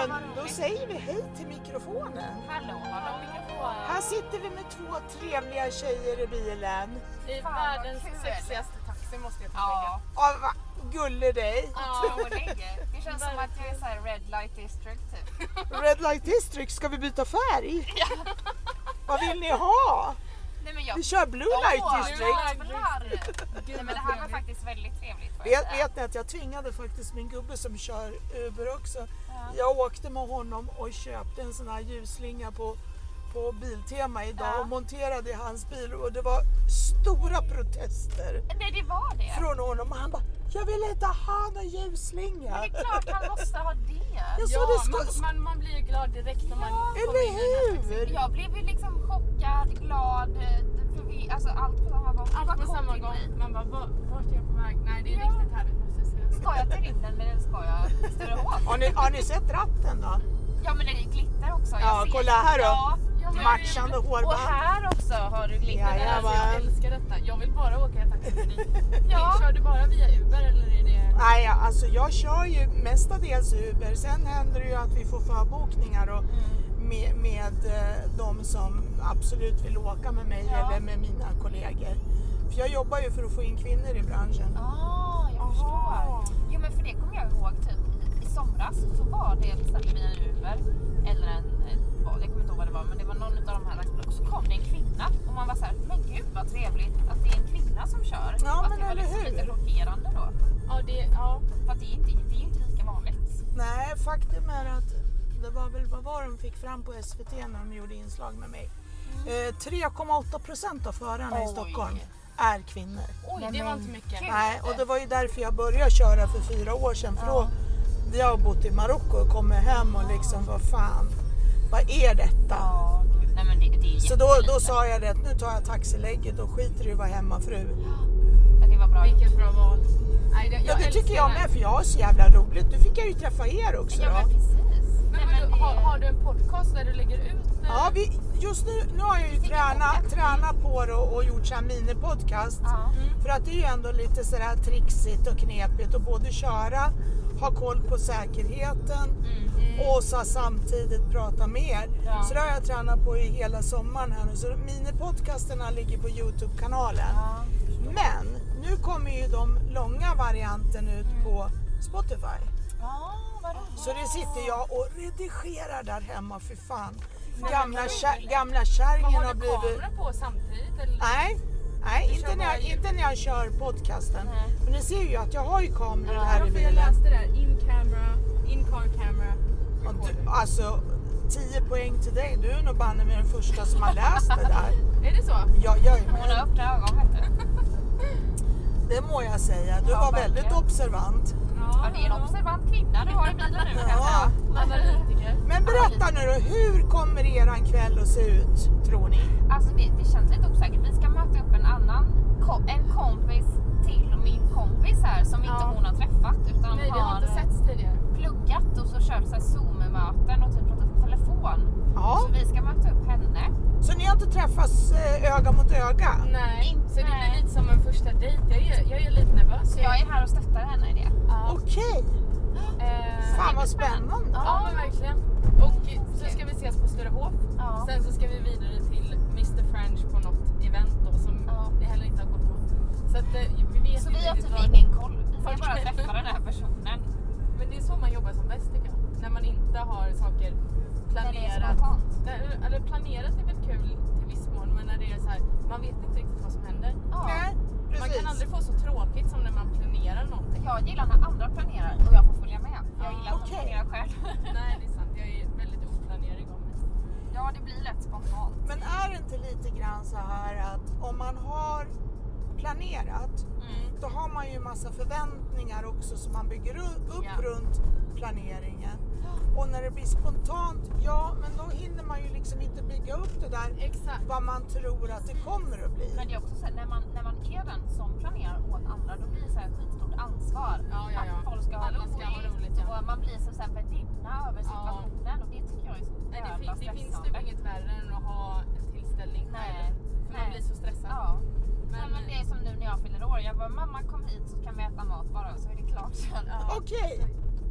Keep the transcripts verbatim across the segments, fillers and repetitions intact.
men då säger vi hej till mikrofonen. Hallå, hallå mikrofon. Här sitter vi med två trevliga tjejer i bilen. I världens sexigaste taxi måste jag tillägga. Ja. Ja, vad gullig dig. Ja, det känns som att jag är så här red light district typ. Red Light District, ska vi byta färg? Ja. Vad vill ni ha? Nej, men jag... Vi kör Blue Åh, Light District. Nej, men det här var faktiskt väldigt trevligt. Vet, vet ni att jag tvingade faktiskt min gubbe som kör Uber också. Ja. Jag åkte med honom och köpte en sån här ljusslinga på, på Biltema idag ja. och monterade i hans bil och det var stora protester. Nej, det var det. Från honom och han bara, jag vill inte ha någon ljusslinga. Men det är klart han måste ha det. Jag ja, det ska... man, man, man blir ju glad direkt när man ja. kommer in i den här. Jag blev ju liksom chockad, glad, för vi, alltså allt på samma gång. Allt på samma gång. Man bara, vart är jag på väg? Nej, det är ja. riktigt härligt måste jag säga. Ska jag till Rinden eller ska jag styra ihop? Har ni, har ni sett ratten då? Ja, men det är glitter också. Jag ja, ser. Kolla här då. Ja. Ja, matchande hårband. Och här också har du glitter. Ja, ja, alltså, jag älskar detta. Jag vill bara åka i taxi för dig. Ja. Kör du bara via Uber eller är det... Nej, alltså jag kör ju mestadels Uber. Sen händer det ju att vi får förbokningar och mm. med, med de som absolut vill åka med mig ja. eller med mina kollegor. För jag jobbar ju för att få in kvinnor i branschen. Ah, jag förstår. Jo, men för det kommer jag ihåg typ i, i somras så var det beställde vi en Uber eller en, jag kommer inte ihåg vad det var, men det var någon av de här dagsbolagen och så kom det en kvinna och man var så här, men gud vad trevligt att det är en kvinna som kör. Ja, att men det var liksom lite chockerande då. Ja, det, ja. För att det är inte, det är inte lika vanligt. Nej, faktum är att det var väl vad var de fick fram på S V T när de gjorde inslag med mig. Mm. Eh, tre komma åtta procent av förarna Oj. i Stockholm är kvinnor. Oj, det var inte mycket. Nej, och det var ju därför jag började köra för fyra år sedan. För då, vi har bott i Marocko och kommer hem och liksom, vad fan, vad är detta? Ja, nej, men det, det är så då, då sa jag det att nu tar jag taxilägget och skiter i att vara hemmafru. Ja, det var bra. Vilket bra val. Nej, det, ja, det tycker jag med, för jag har så jävla roligt. Nu fick jag ju träffa er också. Ja, men precis. Men, nej, men det... har, har du en podcast där du lägger ut? Ja, vi, just nu, nu har jag ju tränat, tränat på det och, och gjort så här mini-podcast. Ja. Mm. För att det är ju ändå lite sådär trixigt och knepigt att både köra, ha koll på säkerheten mm. Mm. och så samtidigt prata med er. Ja. Så det har jag tränat på i hela sommaren här nu. Så mini-podcasterna ligger på YouTube-kanalen. Ja. Men nu kommer ju de långa varianten ut mm. på Spotify. Ja, så det sitter jag och redigerar där hemma, för fan. Gamla, kär, gamla kärringen har, har blivit... Har du kamera på samtidigt? Eller? Nej, nej inte, när jag, inte när jag kör podcasten. Nej. Men ni ser ju att jag har ju kameror ja, här i bilen. Jag läste det, in camera, in car camera. Du, alltså, tio poäng till dig. Du är nog banne med den första som har läst det där. Är det så? Ja, jag är med. Hon har öppna ögon, vet du. Det må jag säga. Du ja, var verkligen. väldigt observant. Ja, det är en observant kvinna du har i bilen nu. Ja. Men berätta nu då, hur kommer eran kväll att se ut, tror ni? Alltså det, det känns lite osäkert. Vi ska möta upp en annan, en kompis till min kompis här som inte ja. hon har träffat. Utan Nej, vi har inte setts tidigare. Pluggat och så kört så här Zoom-möten och typ pratat på telefon. Ja. Så vi ska möta upp henne. Så ni har inte träffats öga mot öga? Nej, inte. Så det blir lite som en första dejt. Jag är, jag är lite nervös. Så jag är här och stöttar henne i det. Ja. Okej. Eh, Fan vad spännande. Ja, ja, men verkligen. Och så ska vi ses på Sturehof. Ja. Sen så ska vi vidare till mister French på något event då som ja. vi heller inte har gått på. Så att vi vet Så inte vi har typ vad... ingen koll. Vi ska bara träffa den här personen. Men det är så man jobbar som bäst tycker jag. När man inte har saker planerat. När eller planerat är väl kul till viss mån, men när det är så här, man vet inte riktigt vad som händer. Ja. Nej, precis. Man kan aldrig få så tråkigt som när man planerar någonting. Jag gillar när andra planerar och jag får följa med. Jag gillar att okay. planera själv. Nej, det är sant. Jag är väldigt oplanerig om det. Ja, det blir lätt spontant. Men är det inte lite grann så här att om man har planerat mm. då har man ju en massa förväntningar också som man bygger upp ja. runt planeringen. Och när det blir spontant, ja, men då hinner man ju liksom inte bygga upp det där Exakt. vad man tror att det kommer att bli. Men det är också så här, när man, när man är den som planerar åt andra, då blir det så här ett skitstort ansvar. Ja, ja, ja. Att folk ska ha Alla roligt, ska ha roligt ja. och man blir som så här värdinna över situationen ja. och det tycker jag är så Nej, jävla det, fin- det finns typ inget värre än att ha en tillställning själv. För man blir så stressad. Ja. Men, Nej, men det är som nu när jag fyller år. Jag bara, mamma kom hit så kan vi äta mat bara så är det klart sen. Ja. Okej. Okay.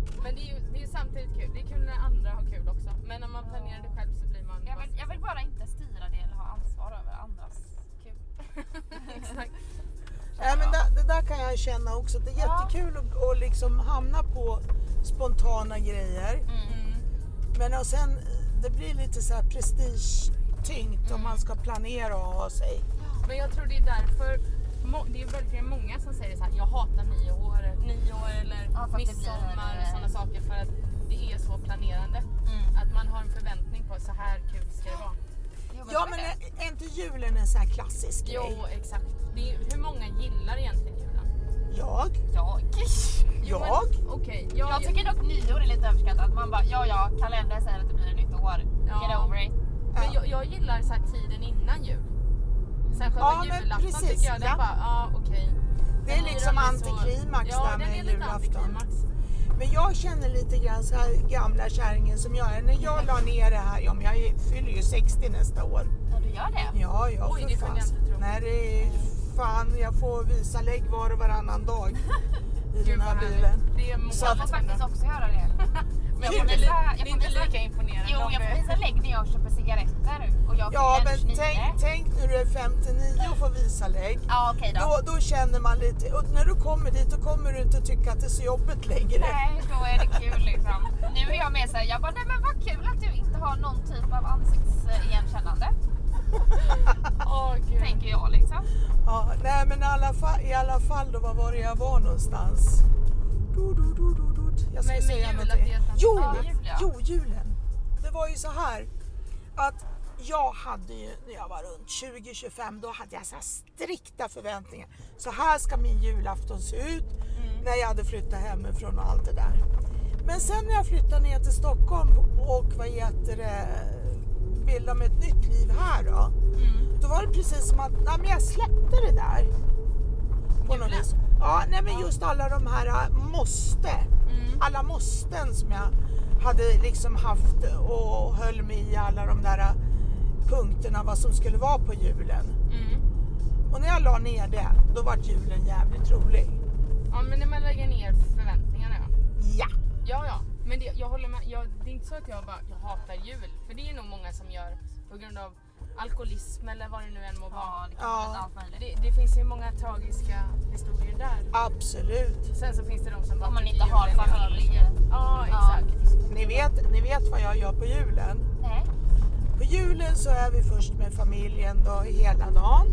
Men det är ju det är ju samtidigt kul. Det är kul när andra har kul också. Men när man planerar det själv så blir man... Jag vill, jag vill bara inte styra det eller ha ansvar över andras kul. Exakt. Ja, men det, det där kan jag känna också. Det är jättekul att, att liksom hamna på spontana grejer. Mm. Men och sen, det blir lite så här prestigetyngt mm. om man ska planera och ha sig. Men jag tror det är därför, det är verkligen många som säger så här: jag hatar nyår, nyår eller ja, midsommar och sådana saker för att det är så planerande. Mm. Att man har en förväntning på så här kul ska det vara. Jo, men ja, men är, är inte julen en så här klassisk grej? Jo, exakt. Det är, hur många gillar egentligen julen? Jag? Jag? Jag? Okej. Okay. Jag, jag tycker dock nyår är lite överskattat. Man bara, ja ja, kalendern säger att det blir ett nytt år. Ja. Get over it. Men ja. jag, jag gillar så här tiden innan jul. Sen själva ja, julafton precis, tycker jag, det är ja. bara, ja okej. Okay. Det är liksom antiklimax så... där med ja, julafton. Men jag känner lite grann så här gamla kärringen som jag är. När jag la ner det här, ja men jag fyller ju sextio nästa år. Ja, du gör det? Ja, ja Oj, det kunde jag inte tro. Nej, det är fan, jag får visa lägg var och varannan dag i den här bilen. Det är så jag får faktiskt också göra det. Men jag får visa, jag får det är inte lika imponerande. Jo, jag får visa lägg när jag köper cigaretter. Och jag ja, men tänk, tänk när du är femtionio och får visa lägg. Ja, okej då. då. Då känner man lite, och när du kommer dit då kommer du inte tycka att det är så jobbigt längre. Nej, då är det kul liksom. Nu är jag med så här, jag bara, nej men vad kul att du inte har någon typ av ansiktsigenkännande. Åh, Gud. Tänker jag liksom. Ja, nej men i alla fall, i alla fall då, var var det jag var någonstans? Du, du, du, du, du. Jag ska men, säga men någonting. Jo, ja, jul, ja. jo, julen. Det var ju så här att jag hade ju, när jag var runt tjugo till tjugofem, då hade jag så här strikta förväntningar. Så här ska min julafton se ut mm. när jag hade flyttat hemifrån och allt det där. Men sen när jag flyttade ner till Stockholm och vad heter det, bildade med ett nytt liv här då. Mm. Då var det precis som att nej, men jag släppte det där. På något vis. Ja, nej men just alla de här måste. Mm. Alla måsten som jag hade liksom haft och höll mig i alla de där punkterna vad som skulle vara på julen. Mm. Och när jag la ner det, då var julen jävligt rolig. Ja, men när man lägger ner förväntningarna. Ja. Ja, ja. Men det, jag håller med. Jag, det är inte så att jag bara jag hatar jul. För det är nog många som gör på grund av alkoholism eller vad det nu än må vara. Ja, det, ja. det, det finns ju många tragiska historier där. Absolut. Sen så finns det de som bara om man inte har familj. Ja, exakt. Ja. Ni vet, ni vet vad jag gör på julen? Nej. På julen så är vi först med familjen då hela dagen.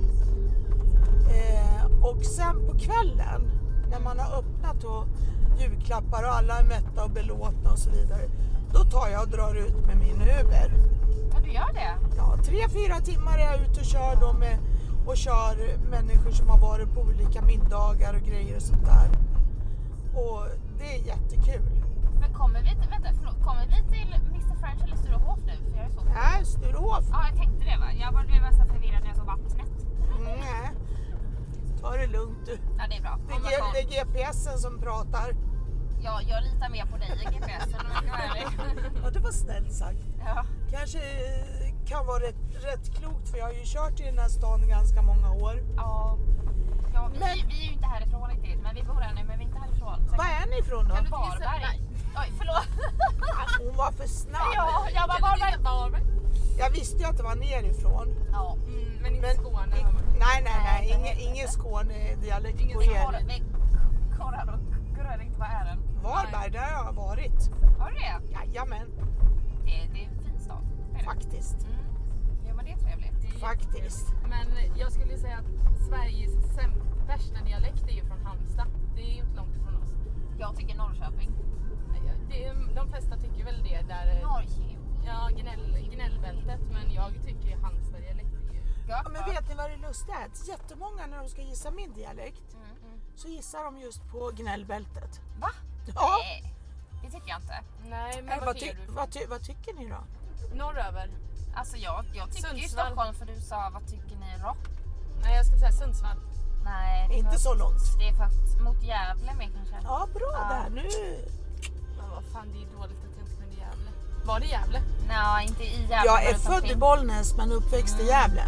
Eh, och sen på kvällen när man har öppnat och julklappar och alla är mätta och belåtna och så vidare. Då tar jag och drar ut med min Uber. Ja, du gör det? Ja, tre, fyra timmar är jag ute och kör då med, och kör människor som har varit på olika middagar och grejer och sånt där. Och det är jättekul. Men kommer vi till, vänta, förlåt, kommer vi till mister French eller Sturehof nu? För jag är så Nej, Sturehof. Ja, jag tänkte det va. Jag blev nästan förvirrad när jag såg vattnet. Mm, nej. Ta det lugnt du. Ja, det är bra. Det är, G- det är G P S'en som pratar. Ja, jag litar mer på dig i G P S'en om jag ska vara ärlig. Ja, det var snällt sagt. Ja. Kanske kan vara rätt, rätt klokt för jag har ju kört i den här stan ganska många år. Ja, ja vi, men, vi är ju inte härifrån riktigt, men vi bor här nu, men vi är inte härifrån. Var är ni ifrån då? Kan du Varberg. Oj, förlåt. Hon var för snabb. Ja, jag var Varberg. Jag visste ju att det var nerifrån. Ja. Mm, men inte Skåne. I, nej, nej, nej. Ingen, ingen Skåne-dialekt på er. Vi kollar och grör inte vad är den. Varberg, där har jag varit. Har du det? Jajamän. Det, det är en fin stad. Är Faktiskt. Mm. Ja, men det är trevligt. Det är Faktiskt. Men jag skulle säga att Sveriges säm- värsta dialekt är ju från Halmstad. Det är ju inte långt ifrån oss. Jag tycker Norrköping. Det är, de flesta tycker väl det där. Norrköping. Ja, gnäll, gnällbältet. Men jag tycker Halmstad dialekt är ju... Ja, men vet ni vad det lustiga är? Jättemånga när de ska gissa min dialekt mm, mm. så gissar de just på gnällbältet. Va? Ja. Nej, det tycker jag inte. Nej, men äh, vad, vad, ty- ty- vad, ty- vad tycker ni då? Norröver. Alltså jag, jag tycker ju Stockholm för du sa, vad tycker ni då? Nej, jag skulle säga Sundsvall. Nej, det är inte för, så långt. Det är för mot Gävle med kanske. Ja, bra ja. där nu. Men vad fan, det är dåligt att jag inte kunde Gävle. Var det Gävle? Nej, inte i Gävle. Jag är född i Bollnäs men uppväxt mm. i Gävle.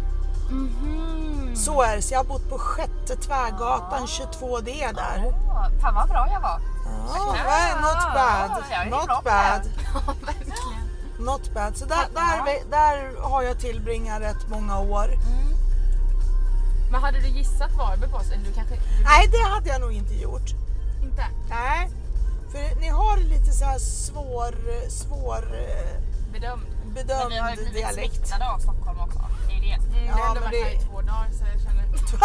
Mm-hmm. Så är det, så jag har bott på sjätte Tvärgatan ja. tjugotvå D där. Oh, fan vad bra jag var. Ja, nej, not bad. Ja, Not bad. Ja, verkligen. Not bad. Så där, där, där har jag tillbringat rätt många år. Mm. Men hade du gissat Varberg på oss? Eller du kanske, du... Nej, det hade jag nog inte gjort. Inte? Nej, för ni har lite så här svår, svår Bedömd. bedömd Men vi har ju blivit dialekt. smittade av Stockholm också. Det är det. Mm, Ja, jag har ändå men varit det- här i två dagar så jag känner...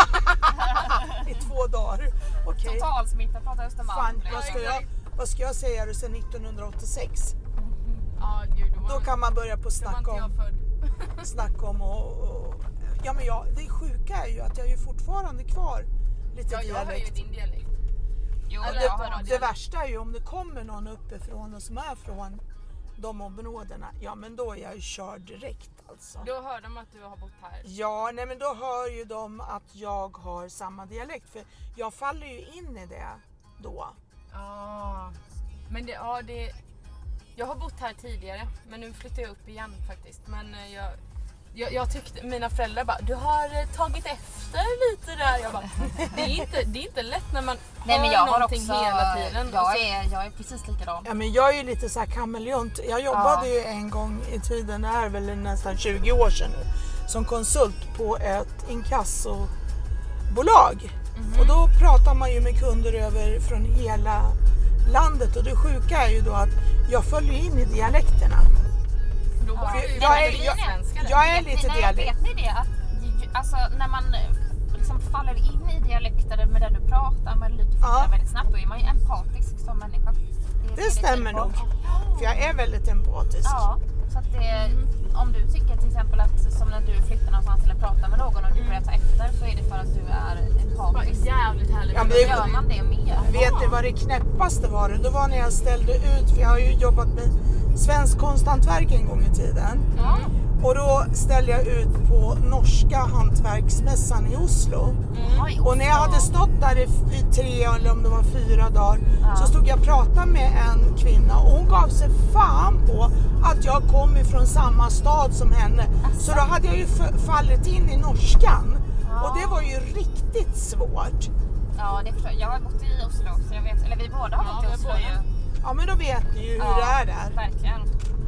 I två dagar. Okej. Totalsmitta pratar Östermalm. Fan, vad ska jag, vad ska jag säga sen nittonhundraåttiosex? Ja, gud. Då, var, Då kan man börja på då var snacka inte jag om, född. snacka om och, och ja, men jag, det sjuka är ju att jag är ju fortfarande kvar lite Ja, jag hör ju dialekt. din dialekt. Jo, Eller jag det- hör Det värsta är ju om det kommer någon uppifrån och som är från de områdena, ja men då är jag ju körd direkt alltså. Då hör de att du har bott här. Ja, nej men då hör ju de att jag har samma dialekt för jag faller ju in i det då. Ah. Men det, ja, det... Jag har bott här tidigare, men nu flyttar jag upp igen faktiskt. Men eh, jag, jag, jag tyckte, mina föräldrar bara, du har eh, tagit efter lite där. Jag bara, det är inte, det är inte lätt när man Nej, hör men jag har någonting också, hela tiden. Jag Och så- är, jag är precis likadan. Ja, men jag är ju lite så här kameleont. Jag jobbade Ja. ju en gång i tiden, det är väl nästan tjugo år sedan nu, som konsult på ett inkassobolag. Mhm. Och då pratar man ju med kunder över från hela landet och det sjuka är ju då att jag följer in i dialekterna. Då var Ja. du ju Jag är- väldigt jag- svenska där. jag är Vet ni- lite nej, dialekt. Vet ni det? Att, ju- alltså, när man eh, liksom faller in i dialekter med den du pratar med lite Ja. väldigt snabbt, då är man ju empatisk som människa. Det, Det stämmer nog. För jag är väldigt empatisk. Ja, så att det, om du tycker till exempel att som när du flyttar någonstans eller pratar med någon och du börjar ta efter så är det för att du är Bara empatisk. jävligt härligt. Ja, men Då det- gör man det mer. Vet ni vad det knäppaste var? Det var när jag ställde ut, för jag har ju jobbat med Svensk Konsthantverk en gång i tiden. Ja. Och då ställde jag ut på norska hantverksmässan i Oslo. Oj, Och när jag hade stått där i, i tre eller om det var fyra dagar Ja. så stod jag och pratade med en kvinna och hon gav sig fan på att jag kom ifrån samma stad som henne. Så då hade jag ju f- fallit in i norskan. Ja. Och det var ju riktigt svårt. Ja, det förstår jag. Jag har bott i Oslo, så jag vet, eller vi båda har Ja, bott i vi Oslo båda. ju. Ja, men då vet ni ju hur Ja, det är där. Verkligen.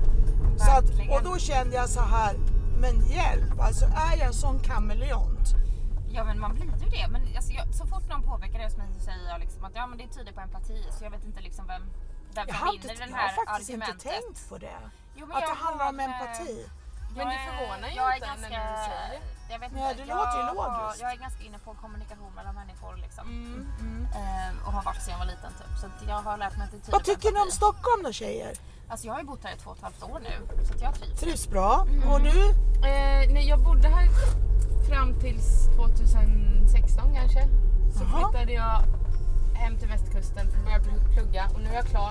Så att, Verkligen. och då kände jag så här, men hjälp, alltså är jag en sån kameleont? Ja, men man blir ju det. Men alltså, jag, så fort någon påpekar det så säger jag liksom att ja, men det tyder på empati. Så jag vet inte liksom vem, vem Jag som har, vinner inte, den jag här har faktiskt argumentet. inte tänkt på det. Jo, men Att jag det handlar om har, eh, empati. Men jag det är- förvånar ju jag är inte ganska, när du säger det. Jag vet Nej, inte, det jag, låter ju har- logiskt. Jag är ganska inne på kommunikation mellan människor liksom. Mm, mm. Eh, och har varit sedan jag var liten typ. Så att jag har lärt mig att det tyder Vad på tycker ni om empati. Stockholm då, tjejer? Alltså jag har ju bott här i två och ett halvt år nu. Så att jag trivs. Trivs bra? Mm. Och du? Eh, nej, jag bodde här fram tills tjugohundrasexton kanske. Så Jaha. flyttade jag hem till västkusten för att börja pl- plugga och nu är jag klar.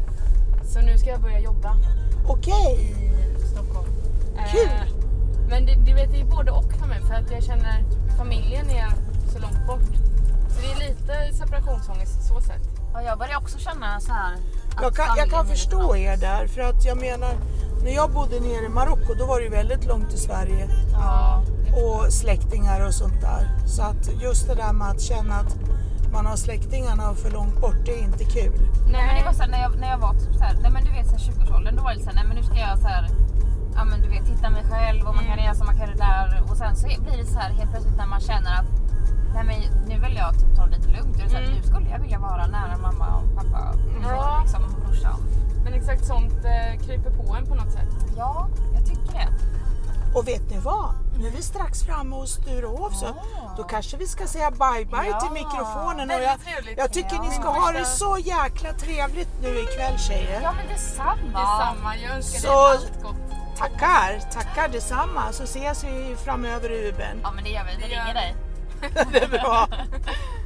Så nu ska jag börja jobba Okej. i Stockholm. Kul. Eh, men det, det vet jag ju både och för mig för att jag känner familjen är så långt bort. Så det är lite separationsångest så sett. Ja, jag börjar också känna så här. att Jag kan, jag familjen kan är lite förstå långt. er där, för att jag menar, när jag bodde nere i Marocko då var det ju väldigt långt till Sverige Ja. och släktingar och sånt där. Så att just det där med att känna att man har släktingarna för långt bort, det är inte kul. Nej, men det var så här, när jag, när jag var typ så här, nej men du vet så här tjugoårsåldern, då var det så här, nej men nu ska jag så här, ja men du vet hitta mig själv och man kan resa, man kan det där och sen så blir det så här helt plötsligt när man känner att nej men nu vill jag typ ta det lite lugnt, det är så här, Mm. nu skulle jag vilja vara nära mamma och pappa och Ja. liksom och brorsan. Men exakt sånt eh, kryper på en på något sätt. Ja, jag tycker det. Och vet ni vad? Nu är vi strax framme hos Sturehof så då kanske vi ska säga bye bye Ja. till mikrofonen. Och Väldigt jag, trevligt. jag tycker Ja. ni ska ha det så jäkla trevligt nu ikväll, tjejer. Ja men detsamma. Detsamma, jag önskar Så- dig allt gott. Tackar, tackar detsamma. Så ses vi framöver i Uben. Ja men det gör vi, vi Det gör ringer vi. dig. Det är bra.